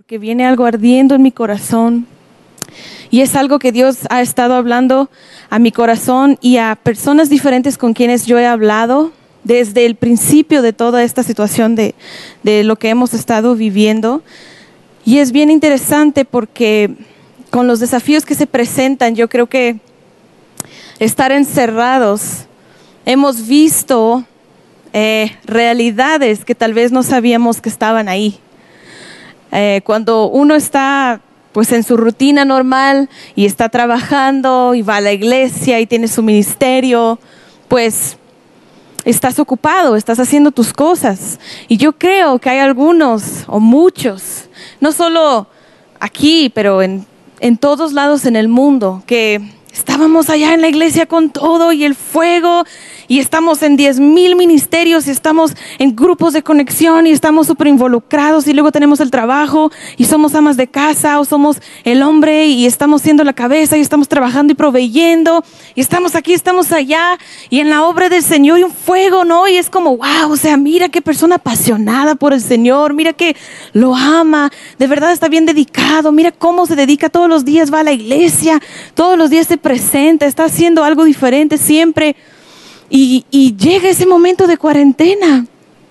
porque viene algo ardiendo en mi corazón. Y es algo que Dios ha estado hablando a mi corazón y a personas diferentes con quienes yo he hablado desde el principio de toda esta situación de lo que hemos estado viviendo. Y es bien interesante porque con los desafíos que se presentan, yo creo que estar encerrados, hemos visto realidades que tal vez no sabíamos que estaban ahí. Cuando uno está pues en su rutina normal y está trabajando y va a la iglesia y tiene su ministerio, pues estás ocupado, estás haciendo tus cosas. Y yo creo que hay algunos o muchos, no solo aquí, pero en todos lados en el mundo, que estábamos allá en la iglesia con todo y el fuego, y estamos en 10,000 ministerios, y estamos en grupos de conexión, y estamos súper involucrados, y luego tenemos el trabajo, y somos amas de casa, o somos el hombre, y estamos siendo la cabeza, y estamos trabajando y proveyendo, y estamos aquí, estamos allá, y en la obra del Señor, y un fuego, ¿no? Y es como, wow, o sea, mira qué persona apasionada por el Señor, mira que lo ama, de verdad está bien dedicado, mira cómo se dedica todos los días, va a la iglesia, todos los días se presenta, está haciendo algo diferente siempre. Y llega ese momento de cuarentena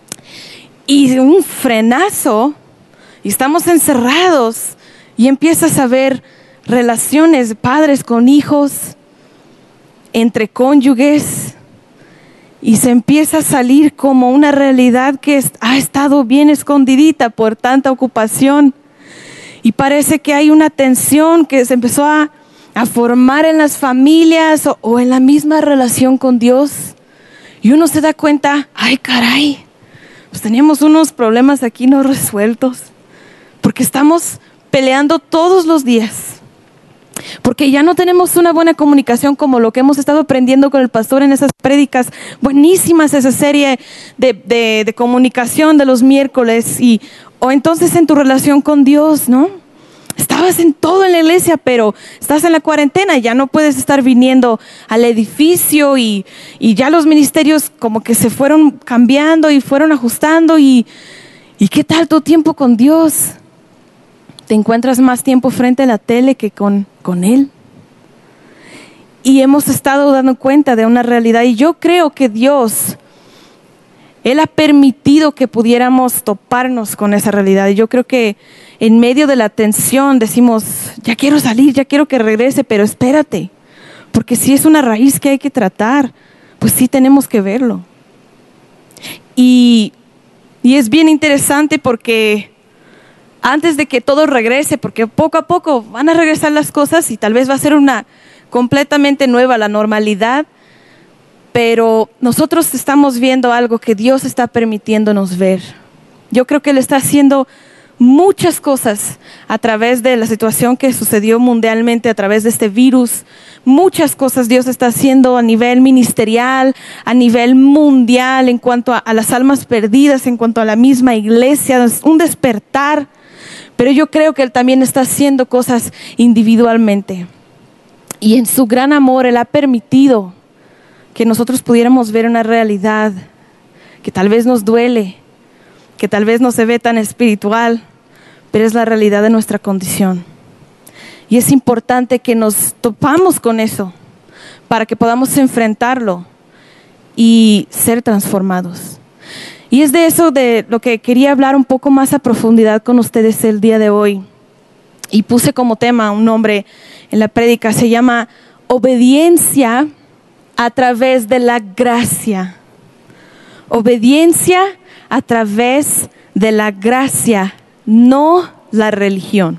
y un frenazo y estamos encerrados y empiezas a ver relaciones de padres con hijos, entre cónyuges, y se empieza a salir como una realidad que ha estado bien escondidita por tanta ocupación, y parece que hay una tensión que se empezó a formar en las familias o en la misma relación con Dios. Y uno se da cuenta, ay caray, pues teníamos unos problemas aquí no resueltos, porque estamos peleando todos los días, porque ya no tenemos una buena comunicación como lo que hemos estado aprendiendo con el pastor en esas prédicas buenísimas, esa serie de comunicación de los miércoles, o entonces en tu relación con Dios, ¿no? Estabas en todo en la iglesia, pero estás en la cuarentena y ya no puedes estar viniendo al edificio, y ya los ministerios como que se fueron cambiando y fueron ajustando. ¿Y qué tal tu tiempo con Dios? ¿Te encuentras más tiempo frente a la tele que con Él? Y hemos estado dando cuenta de una realidad, y yo creo que Dios, Él ha permitido que pudiéramos toparnos con esa realidad. Y yo creo que en medio de la tensión decimos, ya quiero salir, ya quiero que regrese, pero espérate, porque si es una raíz que hay que tratar, pues sí tenemos que verlo. Y es bien interesante porque antes de que todo regrese, porque poco a poco van a regresar las cosas y tal vez va a ser una completamente nueva la normalidad, pero nosotros estamos viendo algo que Dios está permitiéndonos ver. Yo creo que Él está haciendo muchas cosas a través de la situación que sucedió mundialmente, a través de este virus. Muchas cosas Dios está haciendo a nivel ministerial, a nivel mundial, en cuanto a las almas perdidas, en cuanto a la misma iglesia, un despertar. Pero yo creo que Él también está haciendo cosas individualmente. Y en su gran amor Él ha permitido que nosotros pudiéramos ver una realidad que tal vez nos duele, que tal vez no se ve tan espiritual, pero es la realidad de nuestra condición. Y es importante que nos topamos con eso para que podamos enfrentarlo y ser transformados. Y es de eso de lo que quería hablar un poco más a profundidad con ustedes el día de hoy. Y puse como tema un nombre en la prédica, se llama Obediencia a través de la gracia. Obediencia a través de la gracia, no la religión.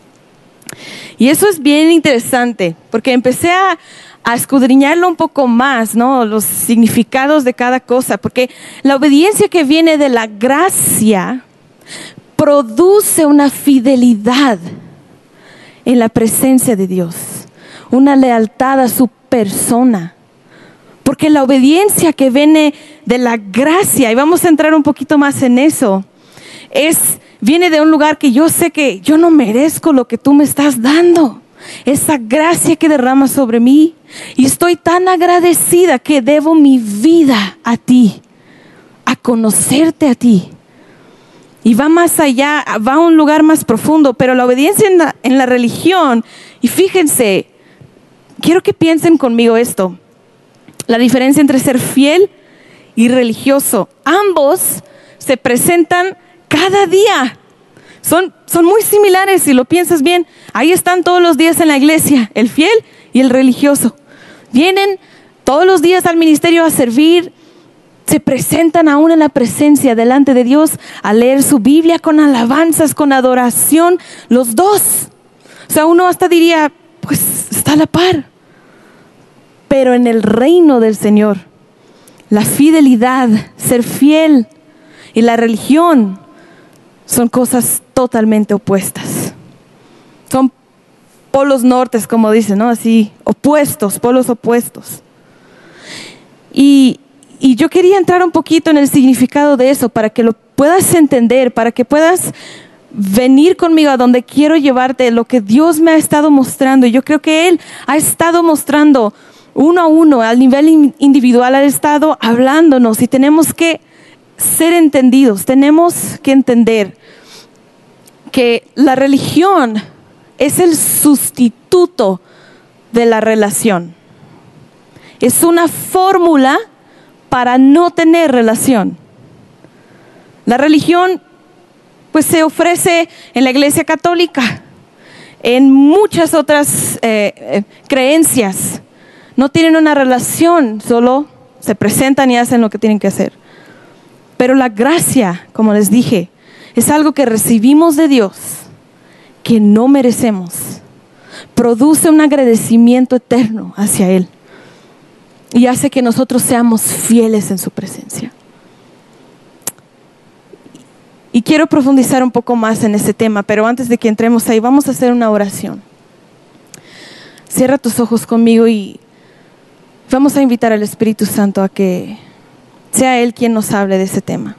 Y eso es bien interesante, porque empecé a escudriñarlo un poco más, ¿no? Los significados de cada cosa, porque la obediencia que viene de la gracia produce una fidelidad en la presencia de Dios, una lealtad a su persona. Porque la obediencia que viene de la gracia, y vamos a entrar un poquito más en eso, viene de un lugar que yo sé que yo no merezco lo que tú me estás dando. Esa gracia que derramas sobre mí. Y estoy tan agradecida que debo mi vida a ti, a conocerte a ti. y va más allá, va a un lugar más profundo. Pero la obediencia en la religión, y fíjense, quiero que piensen conmigo esto, la diferencia entre ser fiel y religioso. Ambos se presentan cada día. Son muy similares si lo piensas bien. Ahí están todos los días en la iglesia, el fiel y el religioso. Vienen todos los días al ministerio a servir, se presentan aún en la presencia delante de Dios a leer su Biblia con alabanzas, con adoración, los dos. O sea, uno hasta diría, pues está a la par. Pero en el reino del Señor, la fidelidad, ser fiel y la religión son cosas totalmente opuestas. Son polos nortes, como dicen, ¿no? Así, opuestos, polos opuestos. Y yo quería entrar un poquito en el significado de eso para que lo puedas entender, para que puedas venir conmigo a donde quiero llevarte, lo que Dios me ha estado mostrando. Y yo creo que Él ha estado mostrando uno a uno, al nivel individual, ha estado hablándonos, y tenemos que ser entendidos, tenemos que entender que la religión es el sustituto de la relación. Es una fórmula para no tener relación. La religión pues se ofrece en la Iglesia Católica, en muchas otras creencias. No tienen una relación, solo se presentan y hacen lo que tienen que hacer. Pero la gracia, como les dije, es algo que recibimos de Dios, que no merecemos. Produce un agradecimiento eterno hacia Él y hace que nosotros seamos fieles en su presencia. Y quiero profundizar un poco más en ese tema, pero antes de que entremos ahí, vamos a hacer una oración. Cierra tus ojos conmigo y vamos a invitar al Espíritu Santo a que sea Él quien nos hable de ese tema.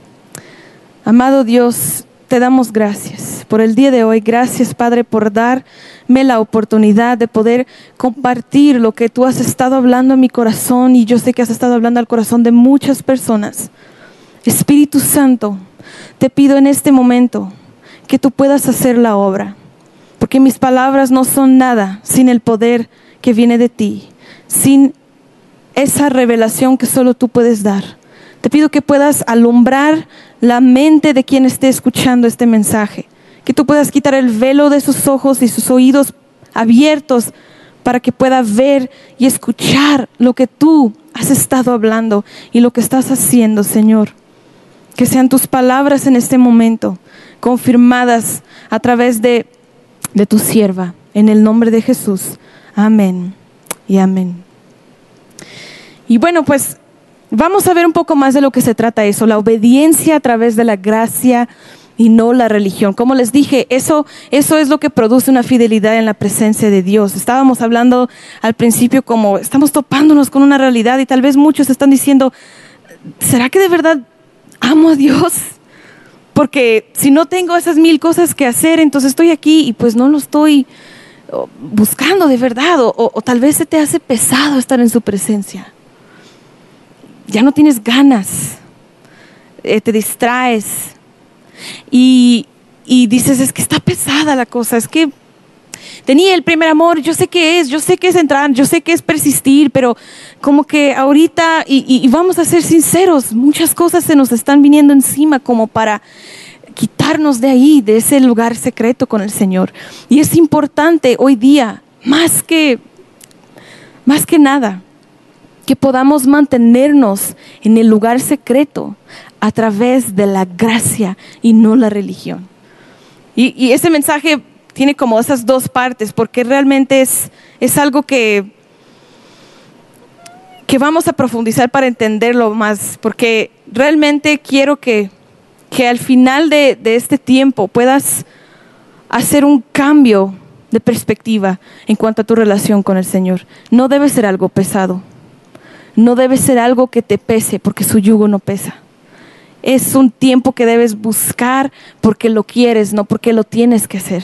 Amado Dios, te damos gracias por el día de hoy. Gracias, Padre, por darme la oportunidad de poder compartir lo que tú has estado hablando en mi corazón, y yo sé que has estado hablando al corazón de muchas personas. Espíritu Santo, te pido en este momento que tú puedas hacer la obra, porque mis palabras no son nada sin el poder que viene de ti, sin esa revelación que solo tú puedes dar. Te pido que puedas alumbrar la mente de quien esté escuchando este mensaje, que tú puedas quitar el velo de sus ojos y sus oídos abiertos para que pueda ver y escuchar lo que tú has estado hablando y lo que estás haciendo, Señor. Que sean tus palabras en este momento confirmadas a través de tu sierva, en el nombre de Jesús. Amén y amén. Y bueno, pues vamos a ver un poco más de lo que se trata eso, la obediencia a través de la gracia y no la religión. Como les dije, eso es lo que produce una fidelidad en la presencia de Dios. Estábamos hablando al principio como estamos topándonos con una realidad, y tal vez muchos están diciendo, ¿será que de verdad amo a Dios? Porque si no tengo esas 1000 cosas que hacer, entonces estoy aquí y pues no lo estoy buscando de verdad, o tal vez se te hace pesado estar en su presencia. Ya no tienes ganas, te distraes y dices, es que está pesada la cosa, es que tenía el primer amor, yo sé que es entrar, yo sé que es persistir, pero como que ahorita, y vamos a ser sinceros, muchas cosas se nos están viniendo encima como para quitarnos de ahí, de ese lugar secreto con el Señor. Y es importante hoy día, más que nada, que podamos mantenernos en el lugar secreto a través de la gracia y no la religión. Y ese mensaje tiene como esas dos partes, porque realmente es algo que vamos a profundizar para entenderlo más, porque realmente quiero que al final de este tiempo puedas hacer un cambio de perspectiva en cuanto a tu relación con el Señor. No debe ser algo pesado. No debe ser algo que te pese, porque su yugo no pesa. Es un tiempo que debes buscar porque lo quieres, no porque lo tienes que hacer.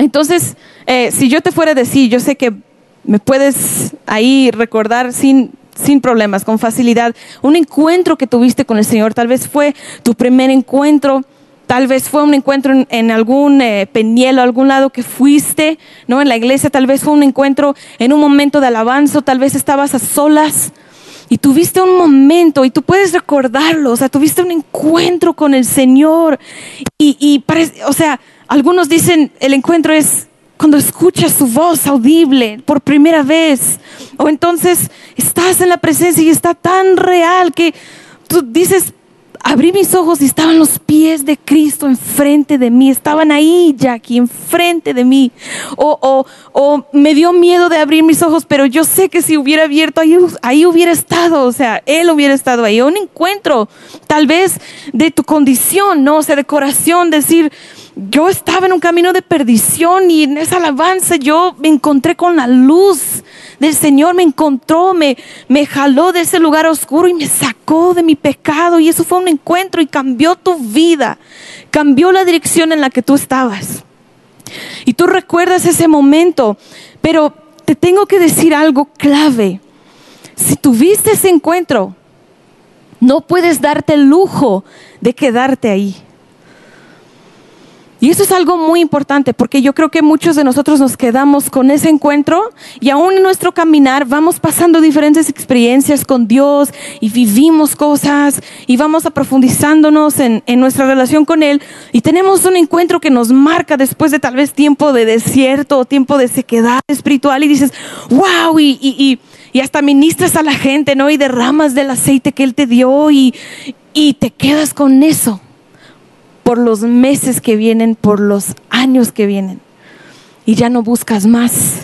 Entonces, si yo te fuera a decir, yo sé que me puedes ahí recordar sin sin problemas, con facilidad. Un encuentro que tuviste con el Señor, tal vez fue tu primer encuentro, tal vez fue un encuentro en algún peñuelo, algún lado que fuiste, ¿no? En la iglesia, tal vez fue un encuentro en un momento de alabanza, tal vez estabas a solas y tuviste un momento y tú puedes recordarlo, o sea, tuviste un encuentro con el Señor o sea, algunos dicen el encuentro es cuando escuchas su voz audible por primera vez, o entonces estás en la presencia y está tan real que tú dices, abrí mis ojos y estaban los pies de Cristo enfrente de mí, estaban ahí, Jackie, enfrente de mí. O me dio miedo de abrir mis ojos, pero yo sé que si hubiera abierto, ahí hubiera estado, o sea, Él hubiera estado ahí. Un encuentro, tal vez, de tu condición, ¿no? O sea, de corazón, decir, yo estaba en un camino de perdición y en esa alabanza yo me encontré con la luz del Señor, me encontró, me jaló de ese lugar oscuro y me sacó de mi pecado, y eso fue un encuentro y cambió tu vida, cambió la dirección en la que tú estabas. Y tú recuerdas ese momento, pero te tengo que decir algo clave. Si tuviste ese encuentro, no puedes darte el lujo de quedarte ahí. Y eso es algo muy importante, porque yo creo que muchos de nosotros nos quedamos con ese encuentro y aún en nuestro caminar vamos pasando diferentes experiencias con Dios y vivimos cosas y vamos profundizándonos en nuestra relación con Él, y tenemos un encuentro que nos marca después de tal vez tiempo de desierto o tiempo de sequedad espiritual, y dices, wow, y hasta ministras a la gente, ¿no? Y derramas del aceite que Él te dio y te quedas con eso por los meses que vienen, por los años que vienen, y ya no buscas más,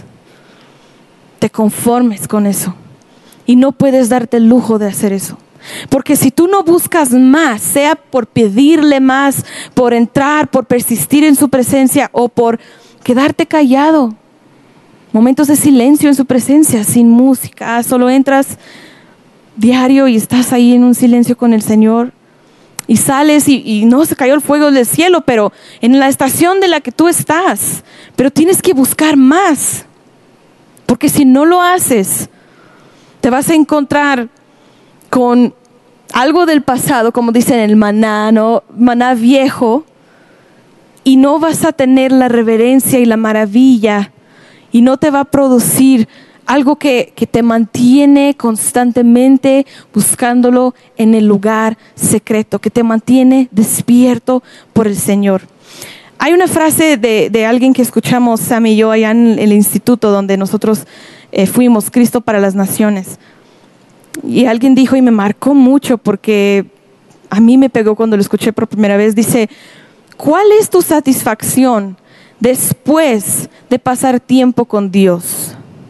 te conformes con eso y no puedes darte el lujo de hacer eso, porque si tú no buscas más, sea por pedirle más, por entrar, por persistir en su presencia o por quedarte callado, momentos de silencio en su presencia, sin música, solo entras diario y estás ahí en un silencio con el Señor, y sales y no se cayó el fuego del cielo, pero en la estación de la que tú estás, pero tienes que buscar más, porque si no lo haces, te vas a encontrar con algo del pasado, como dicen el maná, ¿no? Maná viejo, y no vas a tener la reverencia y la maravilla, y no te va a producir algo que te mantiene constantemente buscándolo en el lugar secreto, que te mantiene despierto por el Señor. Hay una frase de alguien que escuchamos, Sam y yo, allá en el instituto donde nosotros fuimos, Cristo para las Naciones. Y alguien dijo, y me marcó mucho porque a mí me pegó cuando lo escuché por primera vez. Dice, ¿cuál es tu satisfacción después de pasar tiempo con Dios?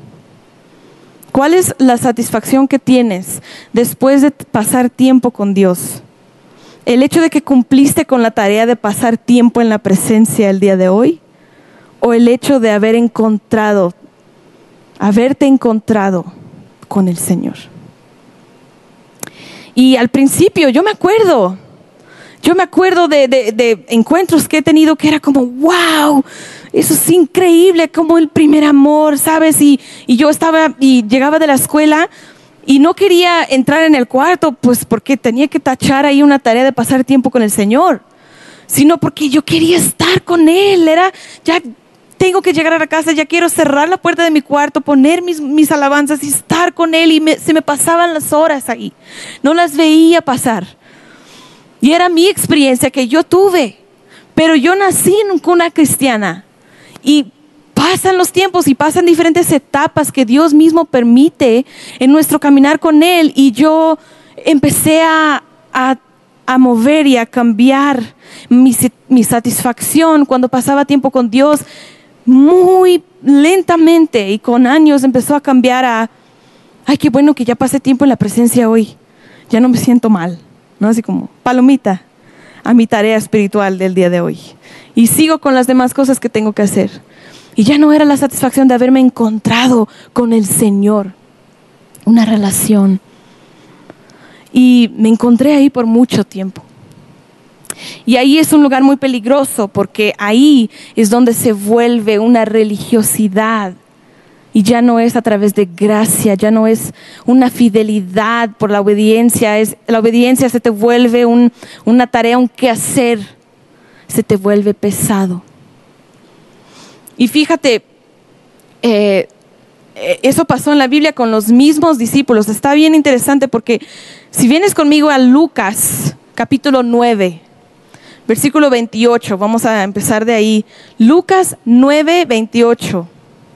¿Cuál es la satisfacción que tienes después de pasar tiempo con Dios? ¿El hecho de que cumpliste con la tarea de pasar tiempo en la presencia el día de hoy? ¿O el hecho de haberte encontrado con el Señor? Y al principio yo me acuerdo de encuentros que he tenido que era como, wow, eso es increíble, como el primer amor, ¿sabes? Y yo llegaba de la escuela y no quería entrar en el cuarto, pues porque tenía que tachar ahí una tarea de pasar tiempo con el Señor, sino porque yo quería estar con Él. Ya tengo que llegar a la casa, ya quiero cerrar la puerta de mi cuarto, poner mis alabanzas y estar con Él, y se me pasaban las horas ahí, no las veía pasar. Y era mi experiencia que yo tuve, pero yo nací en cuna cristiana. Y pasan los tiempos y pasan diferentes etapas que Dios mismo permite en nuestro caminar con Él. Y yo empecé a mover y a cambiar mi satisfacción cuando pasaba tiempo con Dios. Muy lentamente y con años empezó a cambiar a, ay, qué bueno que ya pasé tiempo en la presencia hoy. Ya no me siento mal, ¿no? Así como palomita a mi tarea espiritual del día de hoy. Y sigo con las demás cosas que tengo que hacer. Y ya no era la satisfacción de haberme encontrado con el Señor. Una relación. Y me encontré ahí por mucho tiempo. Y ahí es un lugar muy peligroso, porque ahí es donde se vuelve una religiosidad Y ya no es a través de gracia, ya no es una fidelidad por la obediencia. La obediencia se te vuelve una tarea, un quehacer, se te vuelve pesado. Y fíjate, eso pasó en la Biblia con los mismos discípulos. Está bien interesante porque si vienes conmigo a Lucas, capítulo 9, versículo 28, vamos a empezar de ahí. Lucas 9, 28.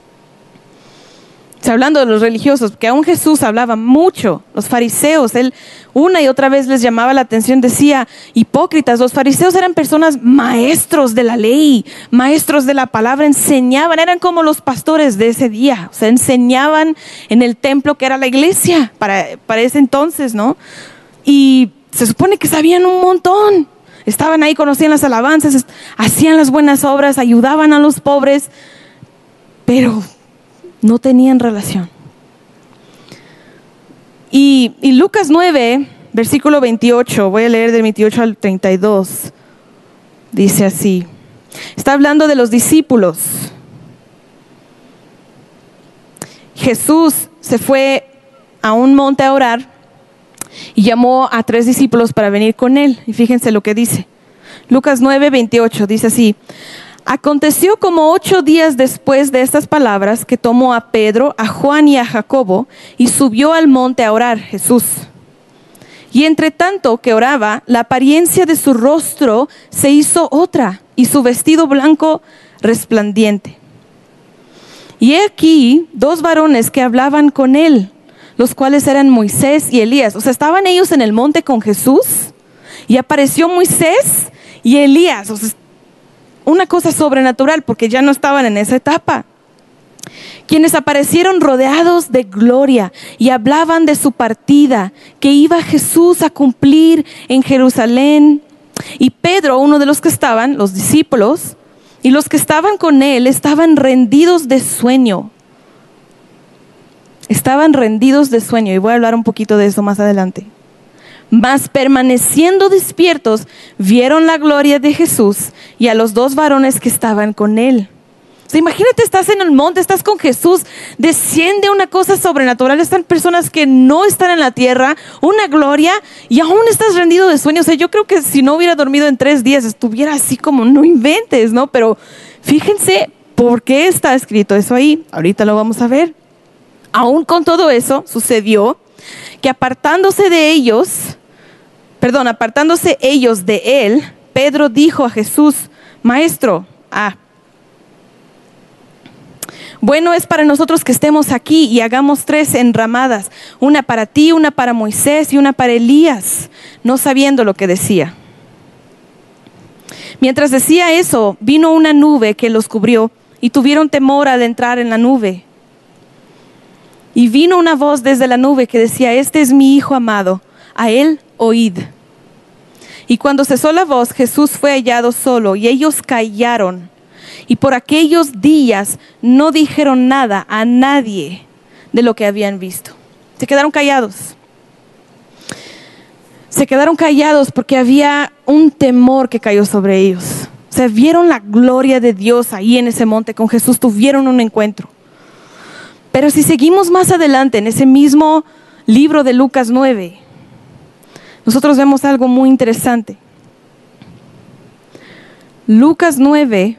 Está hablando de los religiosos, porque aún Jesús hablaba mucho. Los fariseos, él una y otra vez les llamaba la atención, decía, hipócritas. Los fariseos eran personas maestros de la ley, maestros de la palabra, enseñaban, eran como los pastores de ese día. O sea, enseñaban en el templo que era la iglesia para ese entonces, ¿no? Y se supone que sabían un montón. Estaban ahí, conocían las alabanzas, hacían las buenas obras, ayudaban a los pobres, pero no tenían relación. Y Lucas 9, versículo 28, voy a leer del 28 al 32, dice así. Está hablando de los discípulos. Jesús se fue a un monte a orar y llamó a 3 discípulos para venir con él. Y fíjense lo que dice. Lucas 9, 28, dice así. Aconteció como 8 días después de estas palabras que tomó a Pedro, a Juan y a Jacobo y subió al monte a orar Jesús. Y entre tanto que oraba, la apariencia de su rostro se hizo otra y su vestido blanco resplandiente. Y he aquí 2 varones que hablaban con él, los cuales eran Moisés y Elías. O sea, estaban ellos en el monte con Jesús y apareció Moisés y Elías. O sea, una cosa sobrenatural porque ya no estaban en esa etapa. Quienes aparecieron rodeados de gloria y hablaban de su partida que iba Jesús a cumplir en Jerusalén. Y Pedro, uno de los que estaban, los discípulos, y los que estaban con él estaban rendidos de sueño. Estaban rendidos de sueño y voy a hablar un poquito de eso más adelante. Mas permaneciendo despiertos, vieron la gloria de Jesús y a los 2 varones que estaban con él. O sea, imagínate, estás en el monte, estás con Jesús, desciende una cosa sobrenatural, están personas que no están en la tierra, una gloria, y aún estás rendido de sueño. O sea, yo creo que si no hubiera dormido en 3 días, estuviera así como, no inventes, ¿no? Pero fíjense por qué está escrito eso ahí. Ahorita lo vamos a ver. Aún con todo eso, sucedió que apartándose ellos de él, Pedro dijo a Jesús, Maestro, bueno es para nosotros que estemos aquí y hagamos 3 enramadas, una para ti, una para Moisés y una para Elías, no sabiendo lo que decía. Mientras decía eso, vino una nube que los cubrió y tuvieron temor al entrar en la nube. Y vino una voz desde la nube que decía, este es mi Hijo amado, a él oíd. Y cuando cesó la voz, Jesús fue hallado solo y ellos callaron. Y por aquellos días no dijeron nada a nadie de lo que habían visto. Se quedaron callados. Se quedaron callados porque había un temor que cayó sobre ellos. O sea, vieron la gloria de Dios ahí en ese monte con Jesús, tuvieron un encuentro. Pero si seguimos más adelante en ese mismo libro de Lucas 9, nosotros vemos algo muy interesante. Lucas 9,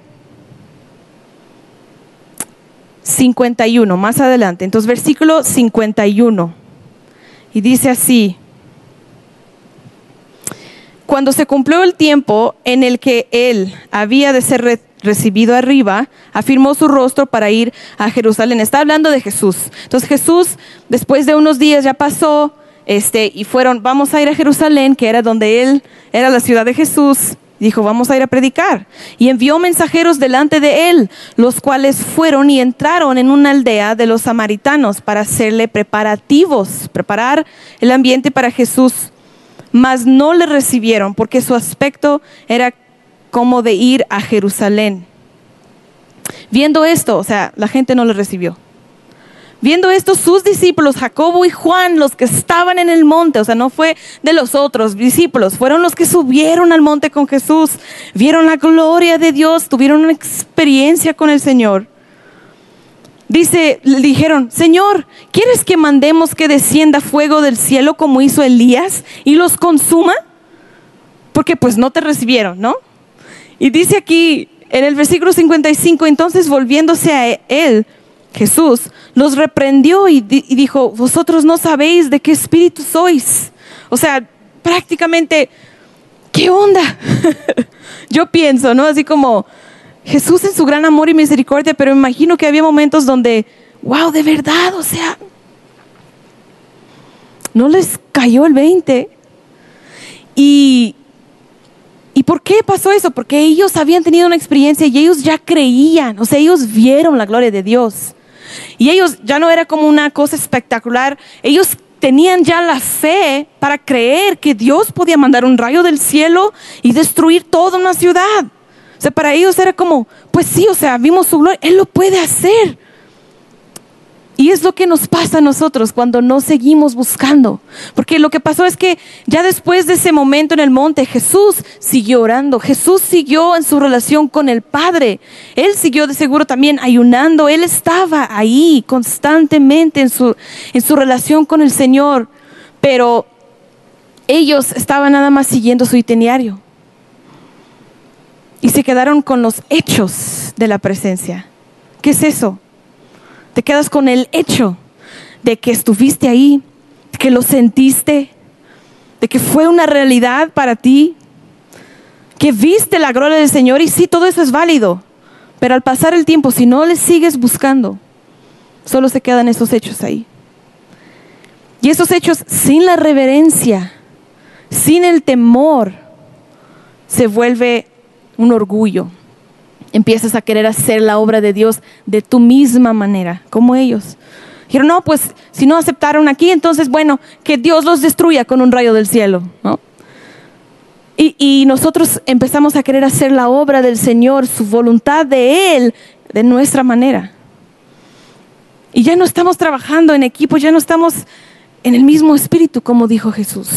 51, más adelante. Entonces, versículo 51. Y dice así. Cuando se cumplió el tiempo en el que él había de ser recibido arriba, afirmó su rostro para ir a Jerusalén. Está hablando de Jesús. Entonces Jesús, después de unos días ya pasó, y fueron, vamos a ir a Jerusalén, que era donde él, era la ciudad de Jesús. Dijo, vamos a ir a predicar. Y envió mensajeros delante de él, los cuales fueron y entraron en una aldea de los samaritanos para hacerle preparativos, preparar el ambiente para Jesús. Mas no le recibieron porque su aspecto era como de ir a Jerusalén. Viendo esto, o sea, la gente no le recibió. Viendo esto, sus discípulos, Jacobo y Juan, los que estaban en el monte, o sea, no fue de los otros discípulos, fueron los que subieron al monte con Jesús, vieron la gloria de Dios, tuvieron una experiencia con el Señor. le dijeron, Señor, ¿quieres que mandemos que descienda fuego del cielo como hizo Elías y los consuma? Porque pues no te recibieron, ¿no? Y dice aquí en el versículo 55, entonces volviéndose a él, Jesús los reprendió y dijo, vosotros no sabéis de qué espíritu sois. O sea, prácticamente, ¿qué onda? Yo pienso, ¿no? Así como Jesús en su gran amor y misericordia, pero me imagino que había momentos donde, wow, de verdad, o sea, no les cayó el 20. ¿Y por qué pasó eso? Porque ellos habían tenido una experiencia y ellos ya creían, o sea, ellos vieron la gloria de Dios. Y ellos ya no era como una cosa espectacular, ellos tenían ya la fe para creer que Dios podía mandar un rayo del cielo y destruir toda una ciudad. O sea, para ellos era como, pues sí, o sea, vimos su gloria, Él lo puede hacer. Y es lo que nos pasa a nosotros cuando no seguimos buscando. Porque lo que pasó es que ya después de ese momento en el monte, Jesús siguió orando. Jesús siguió en su relación con el Padre. Él siguió de seguro también ayunando. Él estaba ahí constantemente en su relación con el Señor. Pero ellos estaban nada más siguiendo su itinerario. Y se quedaron con los hechos de la presencia. ¿Qué es eso? Te quedas con el hecho de que estuviste ahí, de que lo sentiste, de que fue una realidad para ti, que viste la gloria del Señor. Y sí, todo eso es válido, pero al pasar el tiempo, si no le sigues buscando, solo se quedan esos hechos ahí. Y esos hechos sin la reverencia, sin el temor, se vuelve un orgullo. Empiezas a querer hacer la obra de Dios de tu misma manera, como ellos. Dijeron, no, pues si no aceptaron aquí, entonces bueno, que Dios los destruya con un rayo del cielo, ¿no? Y nosotros empezamos a querer hacer la obra del Señor, su voluntad de Él, de nuestra manera. Y ya no estamos trabajando en equipo, ya no estamos en el mismo espíritu, como dijo Jesús.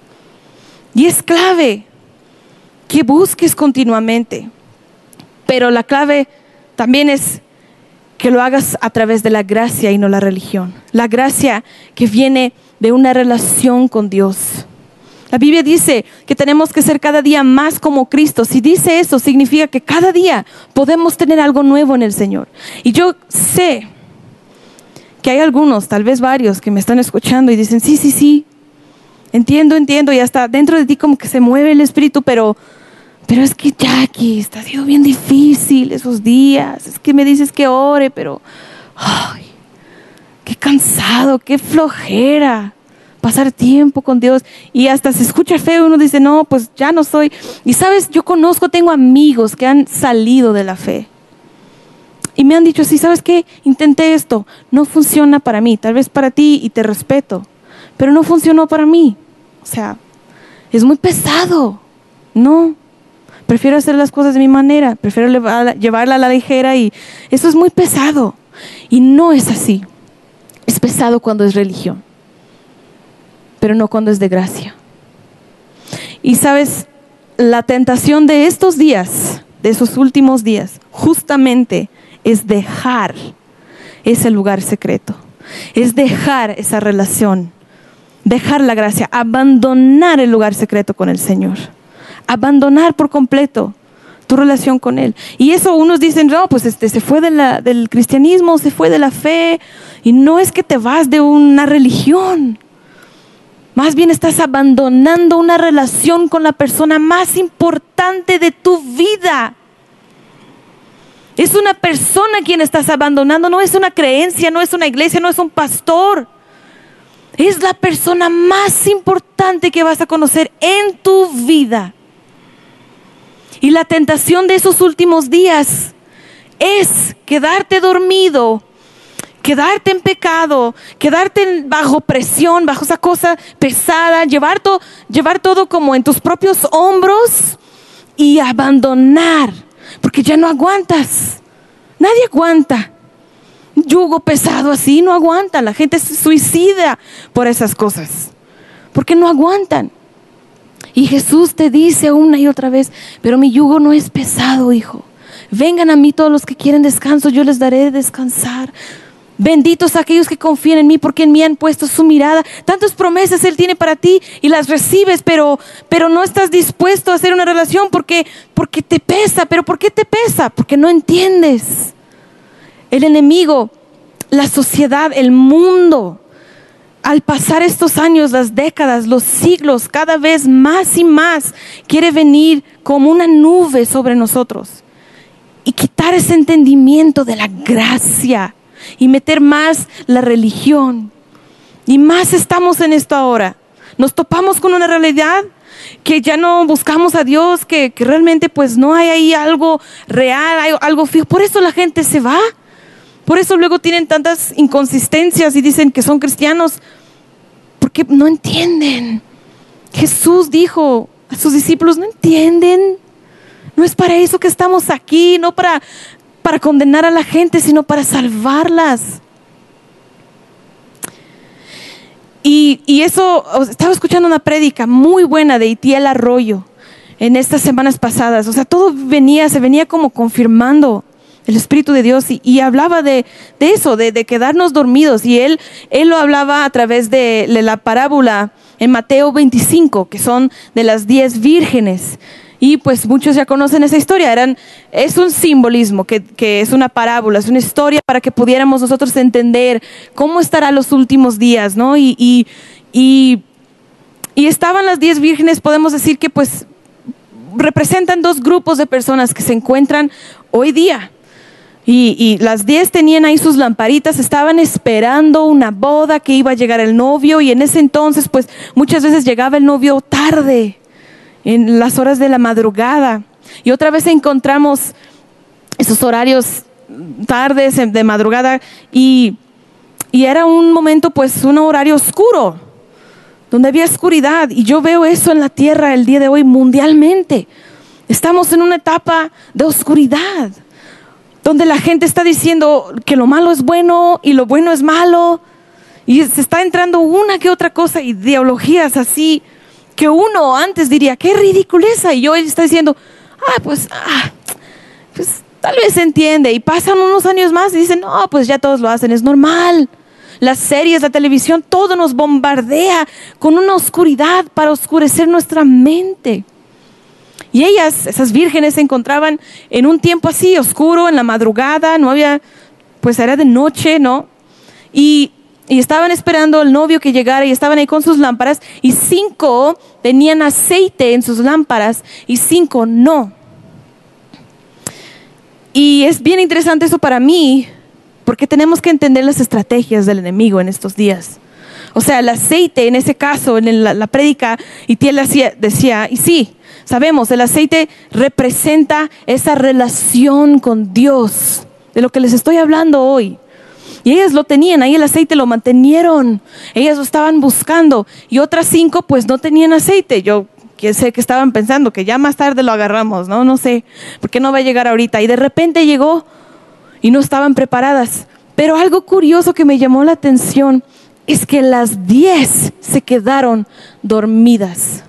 Y es clave que busques continuamente. Pero la clave también es que lo hagas a través de la gracia y no la religión. La gracia que viene de una relación con Dios. La Biblia dice que tenemos que ser cada día más como Cristo. Si dice eso, significa que cada día podemos tener algo nuevo en el Señor. Y yo sé que hay algunos, tal vez varios, que me están escuchando y dicen, sí, entiendo, y hasta dentro de ti como que se mueve el Espíritu, pero es que Jackie, está siendo bien difícil esos días. Es que me dices que ore, pero ay, qué cansado, qué flojera pasar tiempo con Dios. Y hasta se escucha feo, uno dice, no, pues ya no soy. Y sabes, yo tengo amigos que han salido de la fe. Y me han dicho, sí, ¿sabes qué? Intenté esto, no funciona para mí. Tal vez para ti y te respeto, pero no funcionó para mí. O sea, es muy pesado. No. Prefiero hacer las cosas de mi manera, prefiero llevarla a la ligera y eso es muy pesado. Y no es así. Es pesado cuando es religión, pero no cuando es de gracia. Y sabes, la tentación de estos días, de esos últimos días, justamente es dejar ese lugar secreto. Es dejar esa relación, dejar la gracia, abandonar el lugar secreto con el Señor. Abandonar por completo tu relación con Él. Y eso unos dicen, no, pues se fue del cristianismo, se fue de la fe. Y no es que te vas de una religión. Más bien estás abandonando una relación con la persona más importante de tu vida. Es una persona quien estás abandonando, no es una creencia, no es una iglesia, no es un pastor. Es la persona más importante que vas a conocer en tu vida. Y la tentación de esos últimos días es quedarte dormido, quedarte en pecado, quedarte bajo presión, bajo esa cosa pesada, llevar todo como en tus propios hombros y abandonar, porque ya no aguantas. Nadie aguanta. Un yugo pesado así no aguanta. La gente se suicida por esas cosas, porque no aguantan. Y Jesús te dice una y otra vez, pero mi yugo no es pesado, hijo. Vengan a mí todos los que quieren descanso, yo les daré de descansar. Benditos aquellos que confían en mí, porque en mí han puesto su mirada. Tantas promesas Él tiene para ti y las recibes, pero no estás dispuesto a hacer una relación porque te pesa. ¿Pero por qué te pesa? Porque no entiendes. El enemigo, la sociedad, el mundo, al pasar estos años, las décadas, los siglos, cada vez más y más, quiere venir como una nube sobre nosotros y quitar ese entendimiento de la gracia y meter más la religión. Y más estamos en esto ahora. Nos topamos con una realidad que ya no buscamos a Dios, que realmente pues no hay ahí algo real, hay algo fijo. Por eso la gente se va. Por eso luego tienen tantas inconsistencias y dicen que son cristianos, porque no entienden. Jesús dijo a sus discípulos, no entienden. No es para eso que estamos aquí, no para condenar a la gente, sino para salvarlas. Y eso, estaba escuchando una prédica muy buena de Itiel Arroyo en estas semanas pasadas. O sea, todo se venía como confirmando el Espíritu de Dios y hablaba de eso, de quedarnos dormidos. Y él lo hablaba a través de la parábola en Mateo 25, que son de las 10 vírgenes. Y pues muchos ya conocen esa historia. Es un simbolismo, que es una parábola, es una historia para que pudiéramos nosotros entender cómo estarán los últimos días, ¿no? Y estaban las 10 vírgenes, podemos decir que pues representan dos grupos de personas que se encuentran hoy día. Y las 10 tenían ahí sus lamparitas, estaban esperando una boda que iba a llegar el novio, y en ese entonces pues muchas veces llegaba el novio tarde, en las horas de la madrugada. Y otra vez encontramos esos horarios tardes de madrugada y era un momento, pues un horario oscuro, donde había oscuridad. Y yo veo eso en la tierra el día de hoy mundialmente. Estamos en una etapa de oscuridad, donde la gente está diciendo que lo malo es bueno y lo bueno es malo, y se está entrando una que otra cosa, ideologías así que uno antes diría, qué ridiculeza, y hoy está diciendo, pues tal vez se entiende, y pasan unos años más y dicen, no, pues ya todos lo hacen, es normal. Las series, la televisión, todo nos bombardea con una oscuridad para oscurecer nuestra mente. Y esas vírgenes, se encontraban en un tiempo así, oscuro, en la madrugada, no había, pues era de noche, ¿no? Y estaban esperando al novio que llegara, y estaban ahí con sus lámparas, y 5 tenían aceite en sus lámparas y 5 no. Y es bien interesante eso para mí, porque tenemos que entender las estrategias del enemigo en estos días. O sea, el aceite, en ese caso, en la prédica, Itiel decía, y sí, sabemos, el aceite representa esa relación con Dios, de lo que les estoy hablando hoy. Y ellas lo tenían, ahí el aceite lo mantenieron, ellas lo estaban buscando, y otras 5 pues no tenían aceite. Yo sé que estaban pensando que ya más tarde lo agarramos, no sé, porque no va a llegar ahorita. Y de repente llegó y no estaban preparadas. Pero algo curioso que me llamó la atención es que las 10 se quedaron dormidas.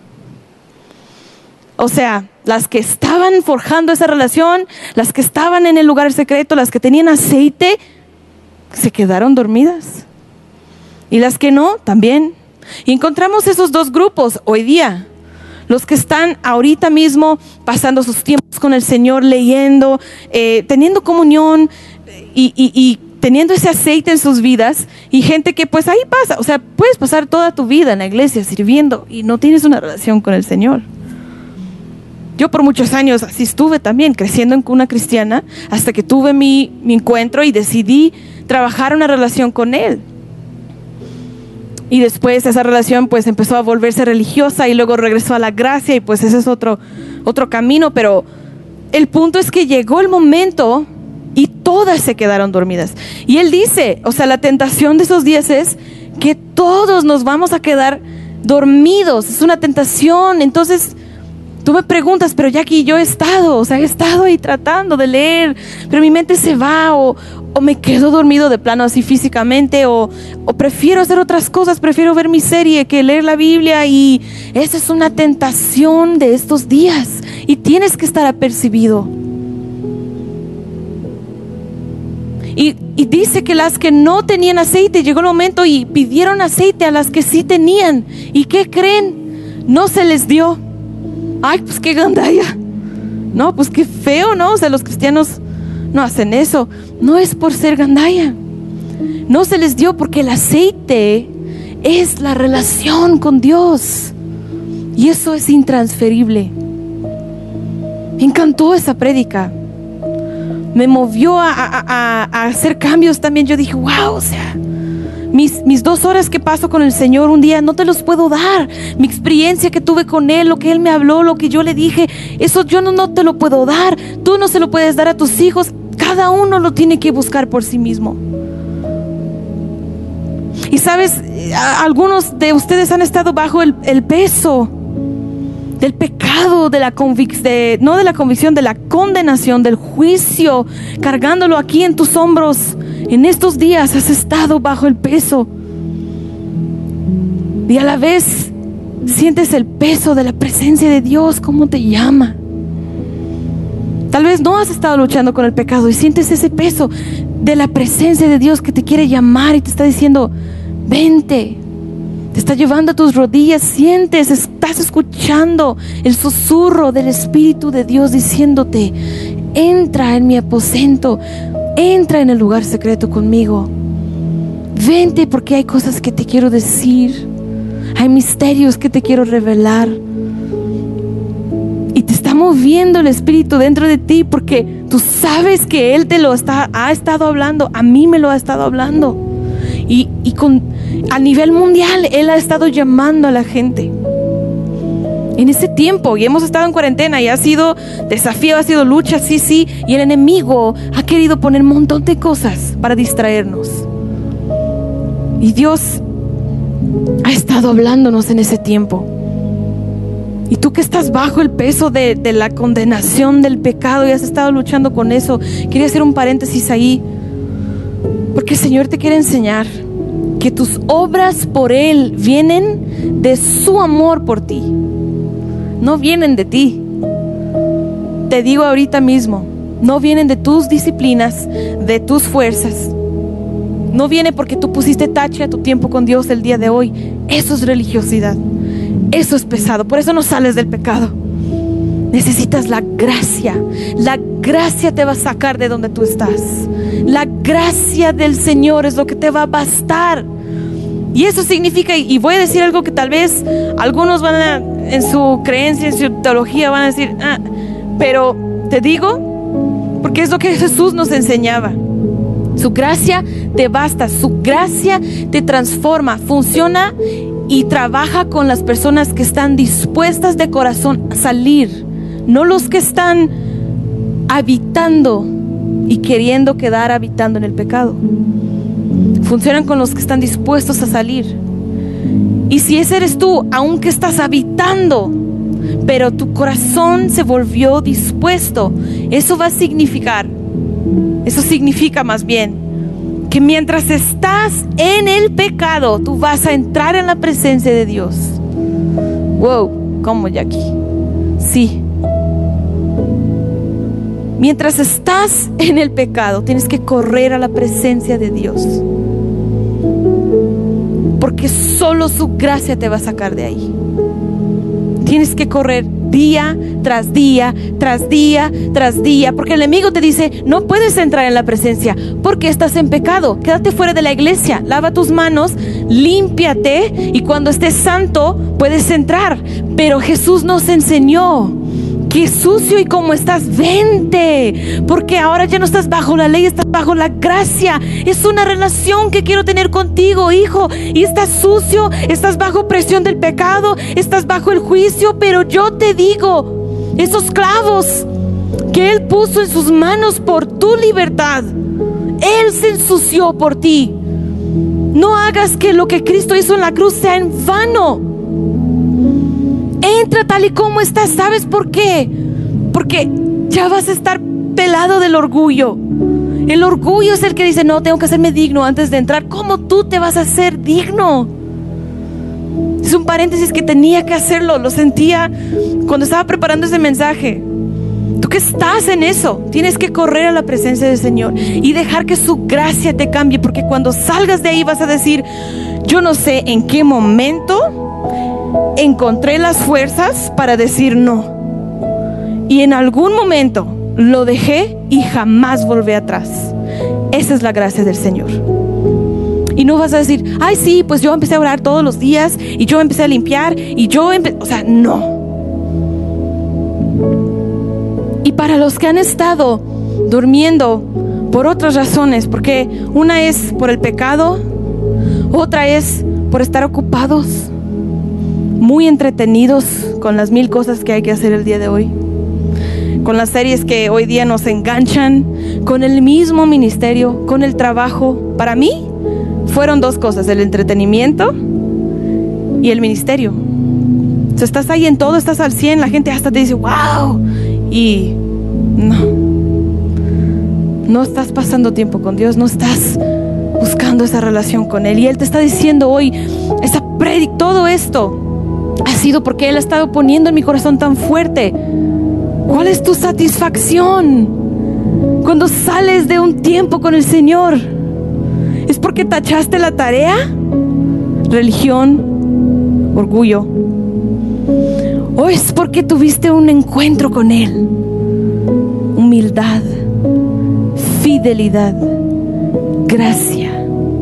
O sea, las que estaban forjando esa relación, las que estaban en el lugar secreto, las que tenían aceite, se quedaron dormidas. Y las que no, también. Y encontramos esos dos grupos hoy día. Los que están ahorita mismo pasando sus tiempos con el Señor, leyendo, teniendo comunión y teniendo ese aceite en sus vidas. Y gente que pues ahí pasa. O sea, puedes pasar toda tu vida en la iglesia sirviendo y no tienes una relación con el Señor. Yo por muchos años así estuve también, creciendo en cuna cristiana, hasta que tuve mi encuentro y decidí trabajar una relación con Él. Y después esa relación pues empezó a volverse religiosa, y luego regresó a la gracia, y pues ese es otro camino. Pero el punto es que llegó el momento y todas se quedaron dormidas. Y Él dice, o sea, la tentación de esos días es que todos nos vamos a quedar dormidos. Es una tentación. Entonces tú me preguntas, pero Jackie, yo he estado ahí tratando de leer, pero mi mente se va, o me quedo dormido de plano así físicamente, o prefiero hacer otras cosas, prefiero ver mi serie que leer la Biblia. Y esa es una tentación de estos días, y tienes que estar apercibido. Y dice que las que no tenían aceite, llegó el momento y pidieron aceite a las que sí tenían. ¿Y qué creen? No se les dio. Ay, pues qué gandalla. No, pues qué feo, ¿no? O sea, los cristianos no hacen eso. No es por ser gandalla. No se les dio porque el aceite es la relación con Dios. Y eso es intransferible. Me encantó esa prédica. Me movió a hacer cambios también. Yo dije, wow, o sea, mis 2 horas que paso con el Señor un día no te los puedo dar. Mi experiencia que tuve con Él, lo que Él me habló, lo que yo le dije, eso yo no te lo puedo dar. Tú no se lo puedes dar a tus hijos. Cada uno lo tiene que buscar por sí mismo. Y sabes, algunos de ustedes han estado bajo el peso del pecado, de la no de la convicción, de la condenación, del juicio, cargándolo aquí en tus hombros. En estos días has estado bajo el peso y a la vez sientes el peso de la presencia de Dios, cómo te llama. Tal vez no has estado luchando con el pecado y sientes ese peso de la presencia de Dios que te quiere llamar y te está diciendo, vente. Te está llevando a tus rodillas, sientes, estás escuchando el susurro del Espíritu de Dios diciéndote, entra en mi aposento, entra en el lugar secreto conmigo. Vente porque hay cosas que te quiero decir, hay misterios que te quiero revelar. Y te está moviendo el Espíritu dentro de ti porque tú sabes que Él te lo ha estado hablando, a mí me lo ha estado hablando. Y a nivel mundial Él ha estado llamando a la gente en ese tiempo, y hemos estado en cuarentena y ha sido desafío, ha sido lucha, sí, y el enemigo ha querido poner un montón de cosas para distraernos, y Dios ha estado hablándonos en ese tiempo. Y tú que estás bajo el peso de la condenación del pecado y has estado luchando con eso, quería hacer un paréntesis ahí, porque el Señor te quiere enseñar que tus obras por Él vienen de su amor por ti, no vienen de ti. Te digo ahorita mismo, no vienen de tus disciplinas, de tus fuerzas. No viene porque tú pusiste tache a tu tiempo con Dios el día de hoy. Eso es religiosidad, eso es pesado, por eso no sales del pecado. Necesitas la gracia. La gracia te va a sacar de donde tú estás. La gracia del Señor es lo que te va a bastar. Y eso significa, y voy a decir algo que tal vez algunos en su creencia, en su teología van a decir, pero te digo, porque es lo que Jesús nos enseñaba. Su gracia te basta, su gracia te transforma, funciona y trabaja con las personas que están dispuestas de corazón a salir. No los que están habitando y queriendo quedar habitando en el pecado. Funcionan con los que están dispuestos a salir. Y si ese eres tú, aunque estás habitando, pero tu corazón se volvió dispuesto, eso significa más bien que mientras estás en el pecado, tú vas a entrar en la presencia de Dios. Wow, ¿cómo, Jackie? Sí. Mientras estás en el pecado, tienes que correr a la presencia de Dios, porque solo su gracia te va a sacar de ahí. Tienes que correr día tras día, tras día, tras día, porque el enemigo te dice, no puedes entrar en la presencia porque estás en pecado. Quédate fuera de la iglesia, lava tus manos, límpiate, y cuando estés santo puedes entrar. Pero Jesús nos enseñó que sucio y como estás, vente, porque ahora ya no estás bajo la ley, estás bajo la gracia. Es una relación que quiero tener contigo, hijo, y estás sucio, estás bajo presión del pecado, estás bajo el juicio, pero yo te digo, esos clavos que Él puso en sus manos por tu libertad, Él se ensució por ti. No hagas que lo que Cristo hizo en la cruz sea en vano. Entra tal y como estás. ¿Sabes por qué? Porque ya vas a estar pelado del orgullo. El orgullo es el que dice, no, tengo que hacerme digno antes de entrar. ¿Cómo tú te vas a hacer digno? Es un paréntesis que tenía que hacerlo. Lo sentía cuando estaba preparando ese mensaje. que estás en eso, tienes que correr a la presencia del Señor y dejar que su gracia te cambie, porque cuando salgas de ahí vas a decir: yo no sé en qué momento encontré las fuerzas para decir no, y en algún momento lo dejé y jamás volví atrás. Esa es la gracia del Señor. Y no vas a decir: ay, sí, pues yo empecé a orar todos los días y yo empecé a limpiar y o sea, no. Y para los que han estado durmiendo por otras razones, porque una es por el pecado, otra es por estar ocupados, muy entretenidos con las 1000 cosas que hay que hacer el día de hoy, con las series que hoy día nos enganchan, con el mismo ministerio, con el trabajo. Para mí fueron 2 cosas: el entretenimiento y el ministerio. O sea, estás ahí en todo, estás al 100, la gente hasta te dice wow, y no estás pasando tiempo con Dios, no estás buscando esa relación con Él. Y Él te está diciendo hoy, todo esto ha sido porque Él ha estado poniendo en mi corazón tan fuerte. ¿Cuál es tu satisfacción cuando sales de un tiempo con el Señor? ¿Es porque tachaste la tarea? Religión, orgullo. ¿O es porque tuviste un encuentro con Él? Humildad, fidelidad, gracia.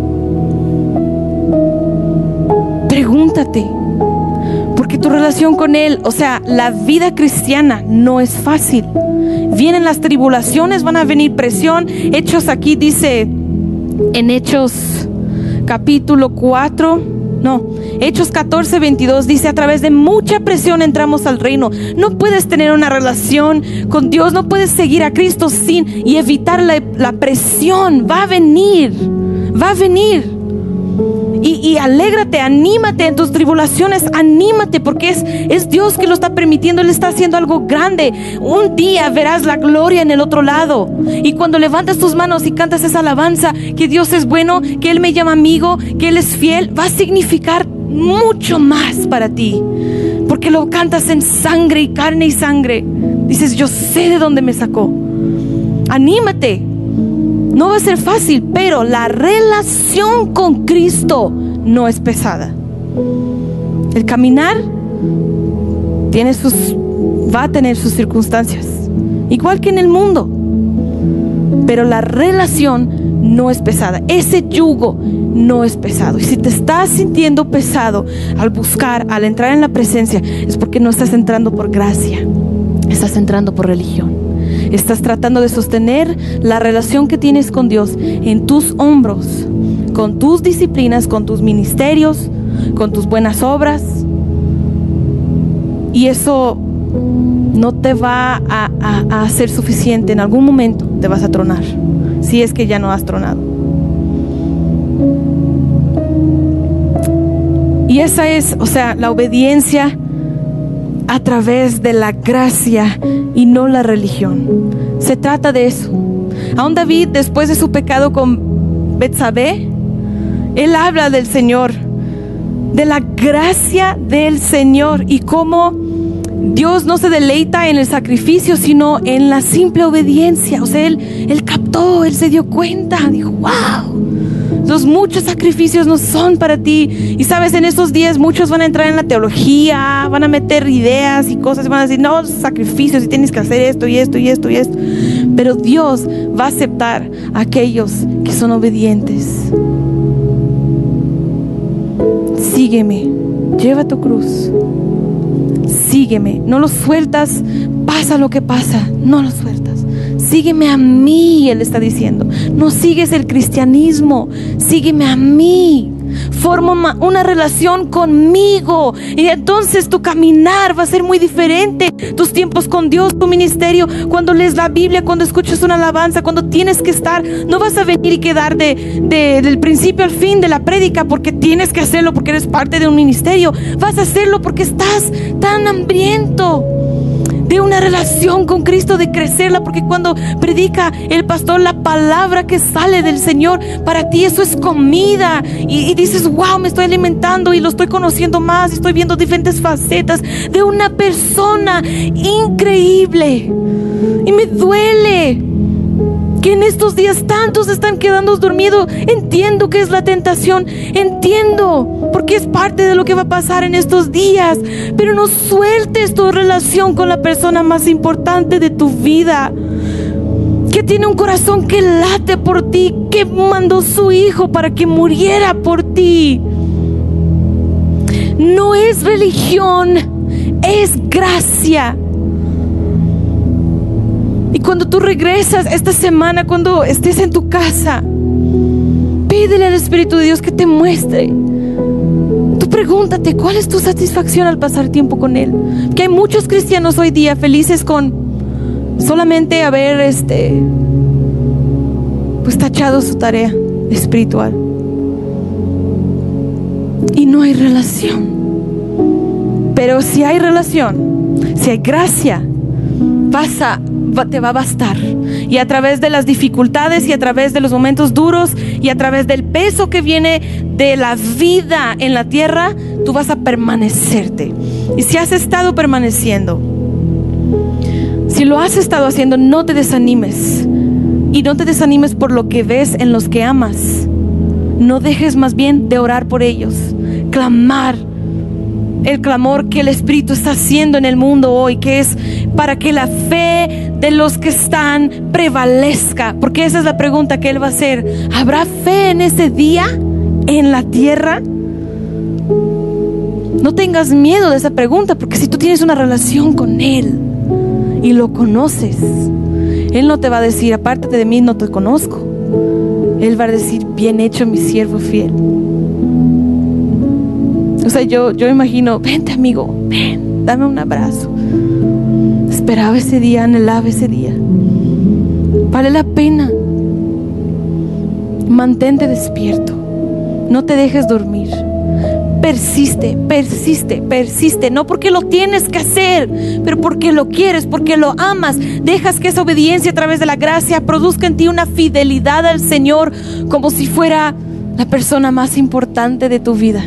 Pregúntate, porque tu relación con Él, o sea, la vida cristiana no es fácil. Vienen las tribulaciones, van a venir presión. Hechos aquí dice, en Hechos capítulo 4, Hechos 14:22 dice: a través de mucha presión entramos al reino. No puedes tener una relación con Dios, no puedes seguir a Cristo y evitar la presión. Va a venir. Y alégrate, anímate en tus tribulaciones, anímate, porque es Dios que lo está permitiendo. Él está haciendo algo grande. Un día verás la gloria en el otro lado, y cuando levantas tus manos y cantas esa alabanza, que Dios es bueno, que Él me llama amigo, que Él es fiel, va a significar mucho más para ti, porque lo cantas en sangre y carne y sangre. Dices: yo sé de dónde me sacó. Anímate. No va a ser fácil, pero la relación con Cristo no es pesada. El caminar va a tener sus circunstancias, igual que en el mundo, pero la relación no es pesada. Ese yugo no es pesado. Y si te estás sintiendo pesado al entrar en la presencia, es porque no estás entrando por gracia, estás entrando por religión. Estás tratando de sostener la relación que tienes con Dios en tus hombros, con tus disciplinas, con tus ministerios, con tus buenas obras. Y eso no te va a hacer suficiente. En algún momento te vas a tronar, si es que ya no has tronado. Y esa es, la obediencia a través de la gracia y no la religión. Se trata de eso. Aún David, después de su pecado con Betsabé, él habla del Señor, de la gracia del Señor, y cómo Dios no se deleita en el sacrificio, sino en la simple obediencia. Él captó, él se dio cuenta, dijo: wow, los muchos sacrificios no son para ti. Y sabes, en estos días muchos van a entrar en la teología, van a meter ideas y cosas, y van a decir: no, sacrificios, y tienes que hacer esto y esto y esto y esto. Pero Dios va a aceptar a aquellos que son obedientes. Sígueme, lleva tu cruz, sígueme, no lo sueltas, pasa lo que pasa, no lo sueltas. Sígueme a mí, Él está diciendo. No sigues el cristianismo, sígueme a mí. Forma una relación conmigo, y entonces tu caminar va a ser muy diferente. Tus tiempos con Dios, tu ministerio, cuando lees la Biblia, cuando escuchas una alabanza, cuando tienes que estar, no vas a venir y quedar del principio al fin de la prédica porque tienes que hacerlo, porque eres parte de un ministerio. Vas a hacerlo porque estás tan hambriento de una relación con Cristo, de crecerla, porque cuando predica el pastor la palabra que sale del Señor, para ti eso es comida, y dices, wow, me estoy alimentando y lo estoy conociendo más, y estoy viendo diferentes facetas de una persona increíble. Y me duele que en estos días tantos están quedando dormidos. Entiendo que es la tentación, entiendo, porque es parte de lo que va a pasar en estos días, pero no sueltes tu relación con la persona más importante de tu vida, que tiene un corazón que late por ti, que mandó su hijo para que muriera por ti. No es religión, es gracia. Y cuando tú regresas esta semana, cuando estés en tu casa, pídele al Espíritu de Dios que te muestre. Tú pregúntate, ¿cuál es tu satisfacción al pasar tiempo con Él? Que hay muchos cristianos hoy día felices con solamente haber pues tachado su tarea espiritual, y no hay relación. Pero si hay relación, si hay gracia, te va a bastar. Y a través de las dificultades, y a través de los momentos duros, y a través del peso que viene de la vida en la tierra, tú vas a permanecerte. Y si has estado permaneciendo, si lo has estado haciendo, no te desanimes. Y no te desanimes por lo que ves en los que amas. No dejes más bien de orar por ellos, clamar el clamor que el Espíritu está haciendo en el mundo hoy, que es para que la fe de los que están prevalezca, porque esa es la pregunta que Él va a hacer. ¿Habrá fe en ese día en la tierra? No tengas miedo de esa pregunta, porque si tú tienes una relación con Él y lo conoces, Él no te va a decir, apártate de mí, no te conozco. Él va a decir, bien hecho, mi siervo fiel. O sea, yo imagino, vente amigo, ven, dame un abrazo. Esperaba ese día, anhelaba ese día. Vale la pena. Mantente despierto. No te dejes dormir. Persiste, persiste, persiste. No porque lo tienes que hacer, pero porque lo quieres, porque lo amas. Dejas que esa obediencia a través de la gracia produzca en ti una fidelidad al Señor, como si fuera la persona más importante de tu vida.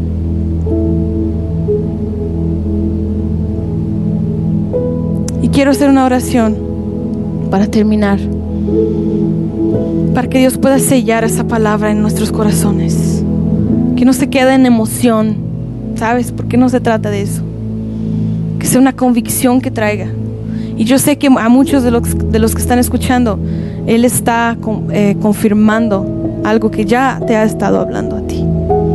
Y quiero hacer una oración para terminar, para que Dios pueda sellar esa palabra en nuestros corazones, que no se quede en emoción, ¿sabes? Porque no se trata de eso, que sea una convicción que traiga. Y yo sé que a muchos de los que están escuchando, Él está confirmando algo que ya te ha estado hablando a ti.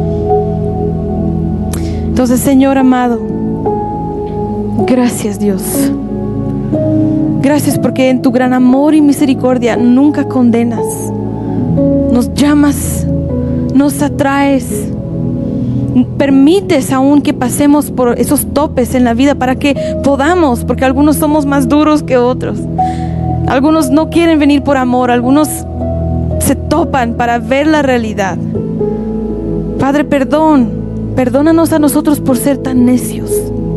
Entonces, Señor amado, gracias Dios. Gracias porque en tu gran amor y misericordia nunca condenas. Nos llamas, nos atraes, permites aún que pasemos por esos topes en la vida para que podamos, porque algunos somos más duros que otros. Algunos no quieren venir por amor, algunos se topan para ver la realidad. Padre, perdónanos a nosotros por ser tan necios.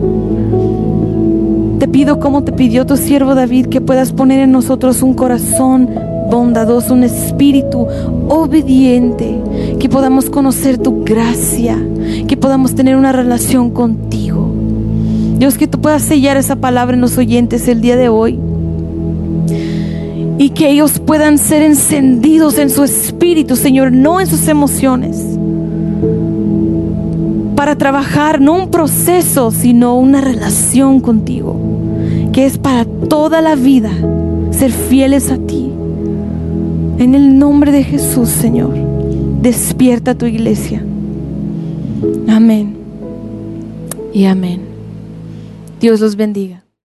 Te pido, como te pidió tu siervo David, que puedas poner en nosotros un corazón bondadoso, un espíritu obediente, que podamos conocer tu gracia, que podamos tener una relación contigo. Dios, que tú puedas sellar esa palabra en los oyentes el día de hoy, y que ellos puedan ser encendidos en su espíritu, Señor, no en sus emociones, para trabajar no un proceso, sino una relación contigo, que es para toda la vida, ser fieles a ti. En el nombre de Jesús, Señor, despierta tu iglesia. Amén y amén. Dios los bendiga.